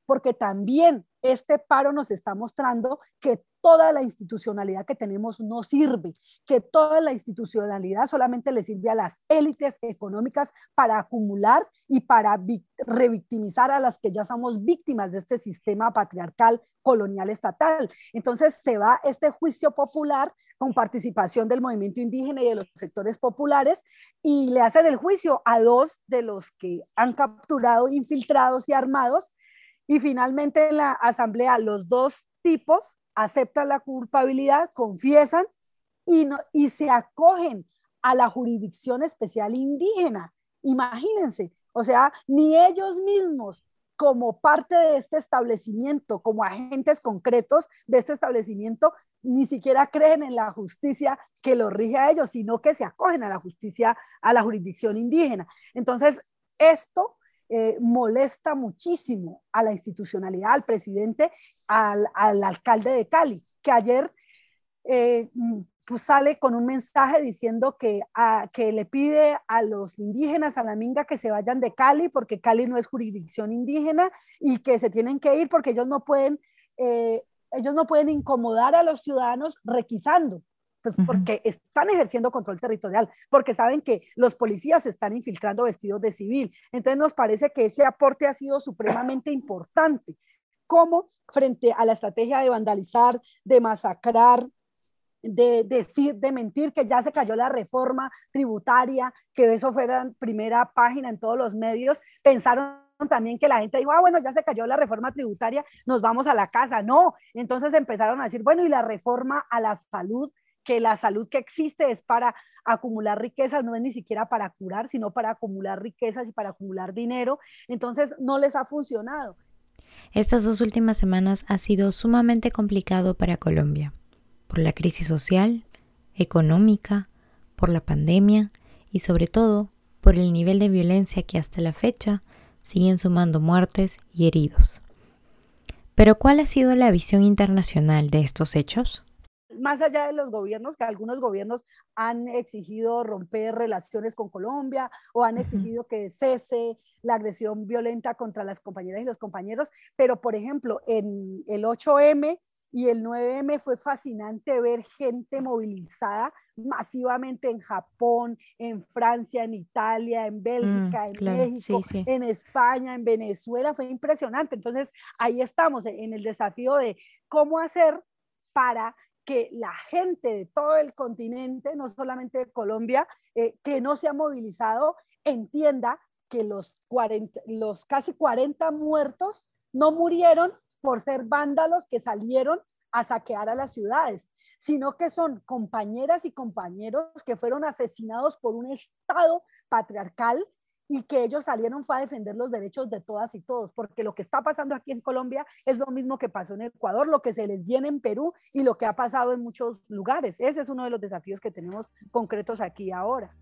porque también este paro nos está mostrando que toda la institucionalidad que tenemos no sirve, que toda la institucionalidad solamente le sirve a las élites económicas para acumular y para revictimizar a las que ya somos víctimas de este sistema patriarcal colonial estatal. Entonces se va este juicio popular con participación del movimiento indígena y de los sectores populares y le hacen el juicio a 2 de los que han capturado infiltrados y armados, y finalmente en la asamblea los 2 tipos aceptan la culpabilidad, confiesan y se acogen a la jurisdicción especial indígena. Imagínense, o sea, ni ellos mismos como parte de este establecimiento, como agentes concretos de este establecimiento, ni siquiera creen en la justicia que los rige a ellos, sino que se acogen a la justicia, a la jurisdicción indígena. Entonces, esto molesta muchísimo a la institucionalidad, al presidente, al alcalde de Cali, que ayer pues sale con un mensaje diciendo que le pide a los indígenas, a la minga, que se vayan de Cali porque Cali no es jurisdicción indígena y que se tienen que ir porque ellos no pueden incomodar a los ciudadanos requisando, pues porque están ejerciendo control territorial, porque saben que los policías se están infiltrando vestidos de civil. Entonces nos parece que ese aporte ha sido supremamente importante, como frente a la estrategia de vandalizar, de masacrar, de decir, de mentir que ya se cayó la reforma tributaria, que eso fuera primera página en todos los medios. Pensaron también que la gente dijo, bueno, ya se cayó la reforma tributaria, nos vamos a la casa. No, entonces empezaron a decir, bueno, y la reforma a la salud, que la salud que existe es para acumular riquezas, no es ni siquiera para curar, sino para acumular riquezas y para acumular dinero. Entonces no les ha funcionado. Estas 2 últimas semanas ha sido sumamente complicado para Colombia, por la crisis social, económica, por la pandemia y sobre todo por el nivel de violencia que hasta la fecha siguen sumando muertes y heridos. Pero ¿cuál ha sido la visión internacional de estos hechos? Más allá de los gobiernos, que algunos gobiernos han exigido romper relaciones con Colombia o han exigido que cese la agresión violenta contra las compañeras y los compañeros, pero por ejemplo en el 8M y el 9M fue fascinante ver gente movilizada masivamente en Japón, en Francia, en Italia, en Bélgica, en México, sí. En España, en Venezuela. Fue impresionante. Entonces ahí estamos en el desafío de cómo hacer para que la gente de todo el continente, no solamente de Colombia, que no se ha movilizado, entienda que los casi 40 muertos no murieron por ser vándalos que salieron a saquear a las ciudades, sino que son compañeras y compañeros que fueron asesinados por un Estado patriarcal y que ellos salieron fue a defender los derechos de todas y todos, porque lo que está pasando aquí en Colombia es lo mismo que pasó en Ecuador, lo que se les viene en Perú y lo que ha pasado en muchos lugares. Ese es uno de los desafíos que tenemos concretos aquí ahora.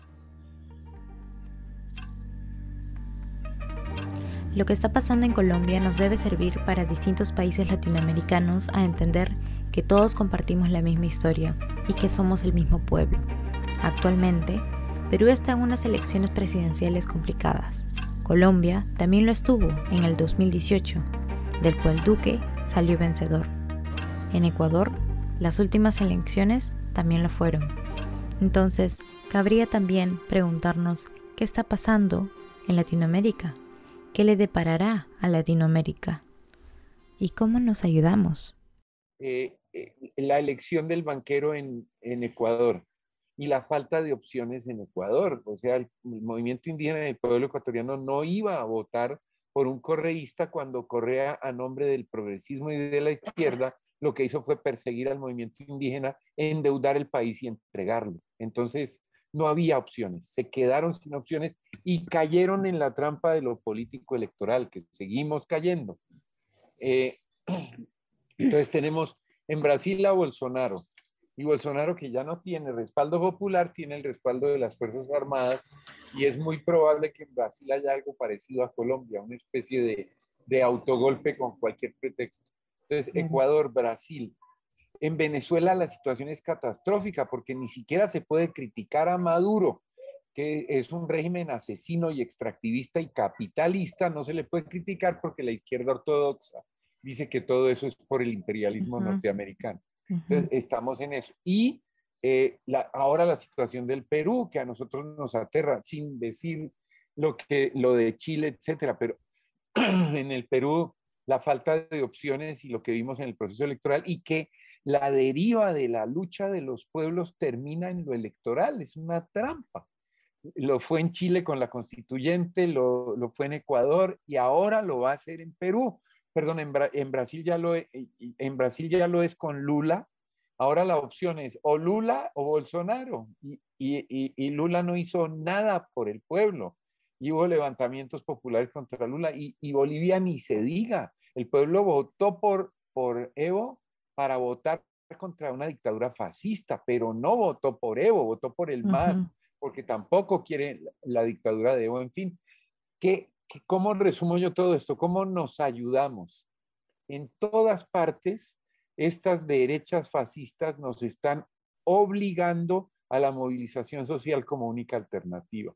Lo que está pasando en Colombia nos debe servir para distintos países latinoamericanos a entender que todos compartimos la misma historia y que somos el mismo pueblo. Actualmente, Perú está en unas elecciones presidenciales complicadas. Colombia también lo estuvo en el 2018, del cual Duque salió vencedor. En Ecuador, las últimas elecciones también lo fueron. Entonces, cabría también preguntarnos qué está pasando en Latinoamérica. ¿Qué le deparará a Latinoamérica? ¿Y cómo nos ayudamos? La elección del banquero en Ecuador y la falta de opciones en Ecuador. O sea, el movimiento indígena del pueblo ecuatoriano no iba a votar por un correísta cuando Correa, a nombre del progresismo y de la izquierda, lo que hizo fue perseguir al movimiento indígena, endeudar el país y entregarlo. Entonces, no había opciones, se quedaron sin opciones y cayeron en la trampa de lo político electoral, que seguimos cayendo. Entonces tenemos en Brasil a Bolsonaro, y Bolsonaro, que ya no tiene respaldo popular, tiene el respaldo de las Fuerzas Armadas, y es muy probable que en Brasil haya algo parecido a Colombia, una especie de autogolpe con cualquier pretexto. Entonces, Ecuador, Brasil. En Venezuela la situación es catastrófica porque ni siquiera se puede criticar a Maduro, que es un régimen asesino y extractivista y capitalista, no se le puede criticar porque la izquierda ortodoxa dice que todo eso es por el imperialismo norteamericano. Entonces, estamos en eso. Y ahora la situación del Perú, que a nosotros nos aterra, sin decir lo de Chile, etcétera, pero en el Perú la falta de opciones y lo que vimos en el proceso electoral, y que la deriva de la lucha de los pueblos termina en lo electoral, es una trampa. Lo fue en Chile con la constituyente, lo fue en Ecuador y ahora lo va a hacer en Perú. Perdón, en Brasil ya lo es con Lula. Ahora la opción es o Lula o Bolsonaro. Y Lula no hizo nada por el pueblo. Y hubo levantamientos populares contra Lula. Y Bolivia ni se diga. El pueblo votó por Evo para votar contra una dictadura fascista, pero no votó por Evo, votó por el MAS, porque tampoco quiere la dictadura de Evo. En fin, ¿cómo resumo yo todo esto? ¿Cómo nos ayudamos? En todas partes, estas derechas fascistas nos están obligando a la movilización social como única alternativa.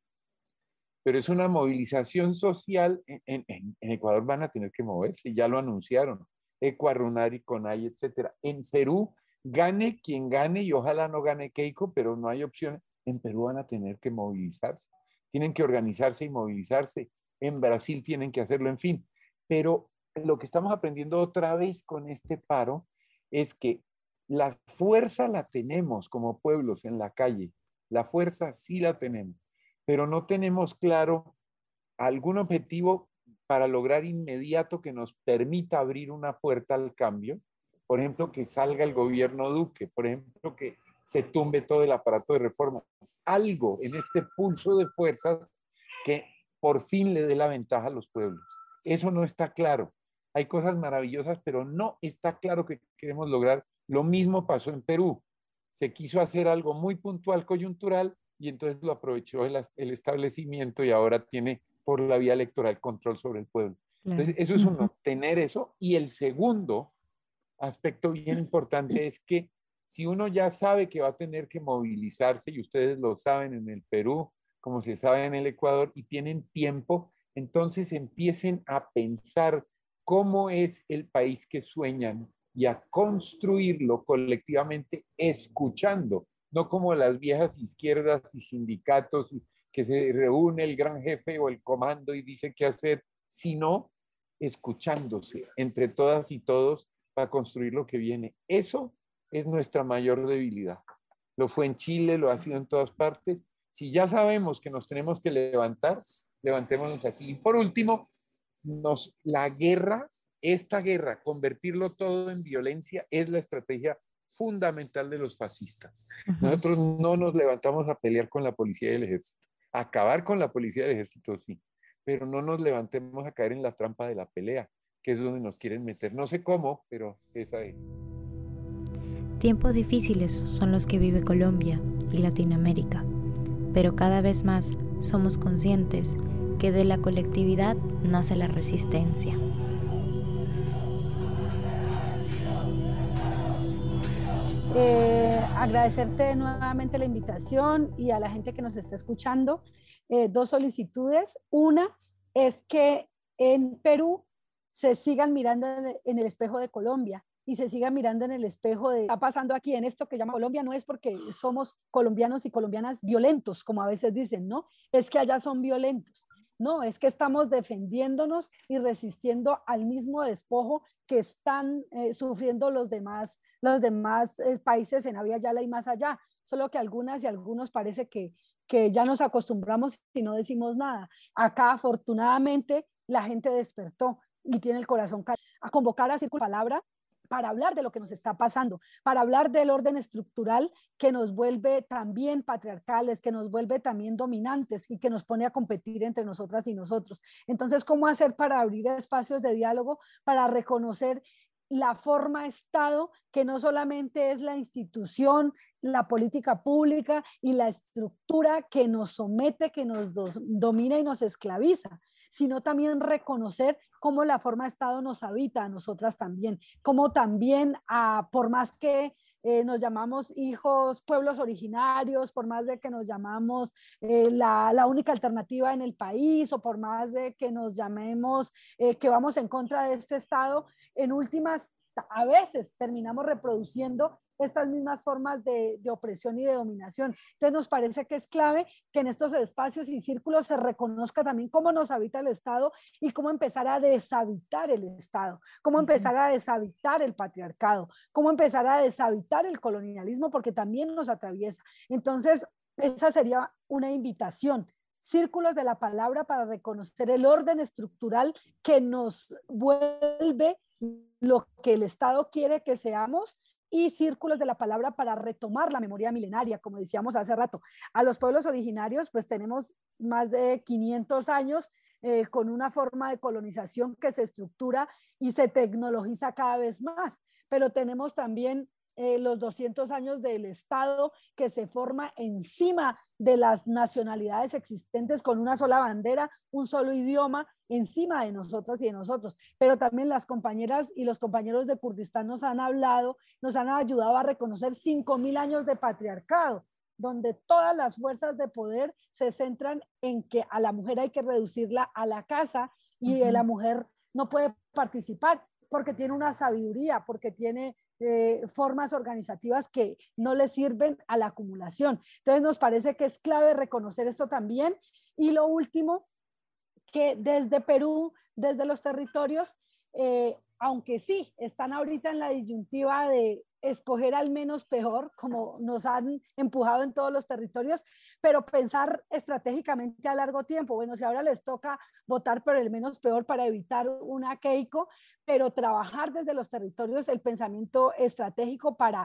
Pero es una movilización social, en Ecuador van a tener que moverse, ya lo anunciaron, Ecuarunari, Conay, etcétera. En Perú, gane quien gane, y ojalá no gane Keiko, pero no hay opción. En Perú van a tener que movilizarse, tienen que organizarse y movilizarse. En Brasil tienen que hacerlo, en fin. Pero lo que estamos aprendiendo otra vez con este paro es que la fuerza la tenemos como pueblos en la calle, la fuerza sí la tenemos, pero no tenemos claro algún objetivo para lograr inmediato que nos permita abrir una puerta al cambio. Por ejemplo, que salga el gobierno Duque, por ejemplo, que se tumbe todo el aparato de reforma. Algo en este pulso de fuerzas que por fin le dé la ventaja a los pueblos. Eso no está claro. Hay cosas maravillosas, pero no está claro que queremos lograr. Lo mismo pasó en Perú. Se quiso hacer algo muy puntual, coyuntural, y entonces lo aprovechó el establecimiento y ahora tiene por la vía electoral control sobre el pueblo. Claro. Entonces, eso es uno, tener eso. Y el segundo aspecto bien importante es que si uno ya sabe que va a tener que movilizarse, y ustedes lo saben en el Perú, como se sabe en el Ecuador, y tienen tiempo, entonces empiecen a pensar cómo es el país que sueñan y a construirlo colectivamente escuchando, no como las viejas izquierdas y sindicatos que se reúne el gran jefe o el comando y dice qué hacer, sino escuchándose entre todas y todos para construir lo que viene. Eso es nuestra mayor debilidad. Lo fue en Chile, lo ha sido en todas partes. Si ya sabemos que nos tenemos que levantar, levantémonos así. Y por último, la guerra, esta guerra, convertirlo todo en violencia, es la estrategia fundamental de los fascistas. Nosotros no nos levantamos a pelear con la policía y el ejército. Acabar con la policía y el ejército sí, pero no nos levantemos a caer en la trampa de la pelea, que es donde nos quieren meter. No sé cómo, pero esa es. Tiempos difíciles son los que vive Colombia y Latinoamérica, pero cada vez más somos conscientes que de la colectividad nace la resistencia. Agradecerte nuevamente la invitación y a la gente que nos está escuchando. Dos solicitudes. Una es que en Perú se sigan mirando en el espejo de Colombia y se sigan mirando en el espejo de está pasando aquí en esto que llama Colombia. No es porque somos colombianos y colombianas violentos, como a veces dicen, ¿no? Es que allá son violentos. No, es que estamos defendiéndonos y resistiendo al mismo despojo que están sufriendo los demás países en Abya Yala y más allá. Solo que algunas y algunos parece que ya nos acostumbramos y no decimos nada. Acá, afortunadamente, la gente despertó y tiene el corazón a convocar a Círculo de Palabra para hablar de lo que nos está pasando, para hablar del orden estructural que nos vuelve también patriarcales, que nos vuelve también dominantes y que nos pone a competir entre nosotras y nosotros. Entonces, ¿cómo hacer para abrir espacios de diálogo, para reconocer la forma Estado, que no solamente es la institución, la política pública y la estructura que nos somete, que nos domina y nos esclaviza, sino también reconocer cómo la forma Estado nos habita a nosotras también, cómo también, por más que nos llamamos hijos pueblos originarios, por más de que nos llamamos la única alternativa en el país, o por más de que nos llamemos que vamos en contra de este Estado, en últimas, a veces terminamos reproduciendo estas mismas formas de opresión y de dominación. Entonces nos parece que es clave que en estos espacios y círculos se reconozca también cómo nos habita el Estado y cómo empezar a deshabitar el Estado, cómo empezar a deshabitar el patriarcado, cómo empezar a deshabitar el colonialismo, porque también nos atraviesa. Entonces esa sería una invitación. Círculos de la palabra para reconocer el orden estructural que nos vuelve lo que el Estado quiere que seamos, y círculos de la palabra para retomar la memoria milenaria, como decíamos hace rato. A los pueblos originarios, pues tenemos más de 500 años con una forma de colonización que se estructura y se tecnologiza cada vez más, pero tenemos también los 200 años del Estado que se forma encima de las nacionalidades existentes con una sola bandera, un solo idioma, encima de nosotras y de nosotros. Pero también las compañeras y los compañeros de Kurdistán nos han hablado, nos han ayudado a reconocer 5.000 años de patriarcado, donde todas las fuerzas de poder se centran en que a la mujer hay que reducirla a la casa y la mujer no puede participar porque tiene una sabiduría, porque tiene formas organizativas que no le sirven a la acumulación. Entonces nos parece que es clave reconocer esto también. Y lo último, que desde Perú, desde los territorios, aunque sí están ahorita en la disyuntiva de escoger al menos peor, como nos han empujado en todos los territorios, pero pensar estratégicamente a largo tiempo. Bueno, si ahora les toca votar por el menos peor para evitar una Keiko, pero trabajar desde los territorios el pensamiento estratégico para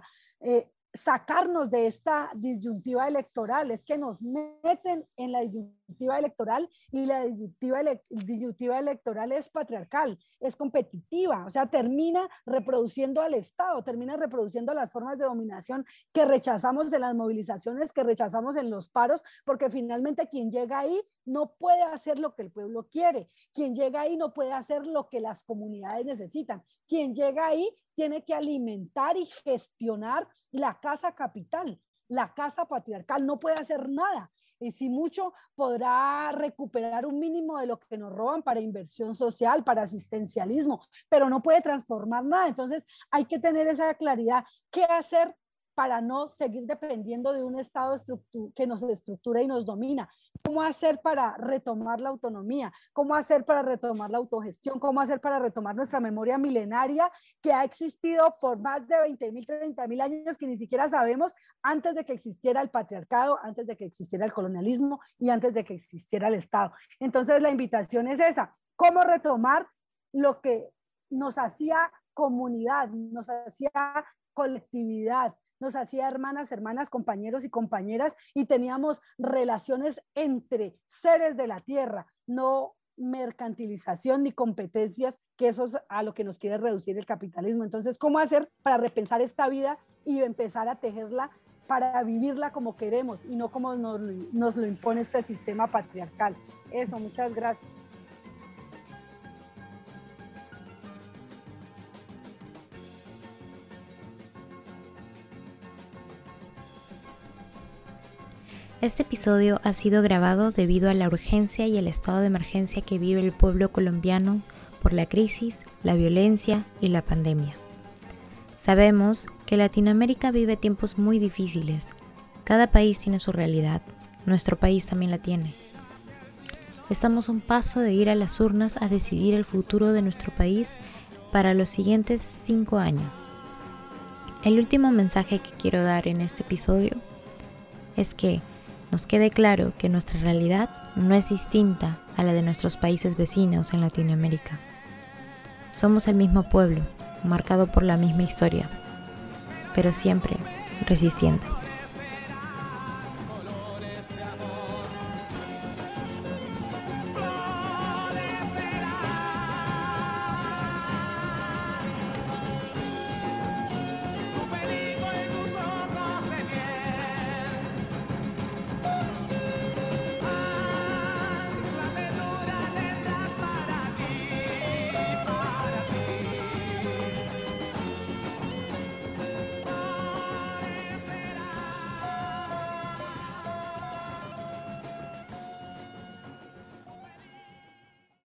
sacarnos de esta disyuntiva electoral. Es que nos meten en la disyuntiva electoral, y la disyuntiva electoral es patriarcal, es competitiva, o sea, termina reproduciendo al Estado, termina reproduciendo las formas de dominación que rechazamos en las movilizaciones, que rechazamos en los paros, porque finalmente quien llega ahí no puede hacer lo que el pueblo quiere, quien llega ahí no puede hacer lo que las comunidades necesitan, quien llega ahí tiene que alimentar y gestionar la casa capital, la casa patriarcal, no puede hacer nada. Y si mucho, podrá recuperar un mínimo de lo que nos roban para inversión social, para asistencialismo, pero no puede transformar nada. Entonces hay que tener esa claridad. ¿Qué hacer para no seguir dependiendo de un Estado que nos estructura y nos domina? ¿Cómo hacer para retomar la autonomía? ¿Cómo hacer para retomar la autogestión? ¿Cómo hacer para retomar nuestra memoria milenaria que ha existido por más de 20.000, 30.000 años, que ni siquiera sabemos, antes de que existiera el patriarcado, antes de que existiera el colonialismo y antes de que existiera el Estado? Entonces la invitación es esa: ¿cómo retomar lo que nos hacía comunidad, nos hacía colectividad, nos hacía hermanas, compañeros y compañeras, y teníamos relaciones entre seres de la tierra, no mercantilización ni competencias, que eso es a lo que nos quiere reducir el capitalismo? Entonces, ¿cómo hacer para repensar esta vida y empezar a tejerla para vivirla como queremos y no como nos lo impone este sistema patriarcal? Eso, muchas gracias. Este episodio ha sido grabado debido a la urgencia y el estado de emergencia que vive el pueblo colombiano por la crisis, la violencia y la pandemia. Sabemos que Latinoamérica vive tiempos muy difíciles. Cada país tiene su realidad. Nuestro país también la tiene. Estamos a un paso de ir a las urnas a decidir el futuro de nuestro país para los siguientes 5 años. El último mensaje que quiero dar en este episodio es que nos quede claro que nuestra realidad no es distinta a la de nuestros países vecinos en Latinoamérica. Somos el mismo pueblo, marcado por la misma historia, pero siempre resistiendo.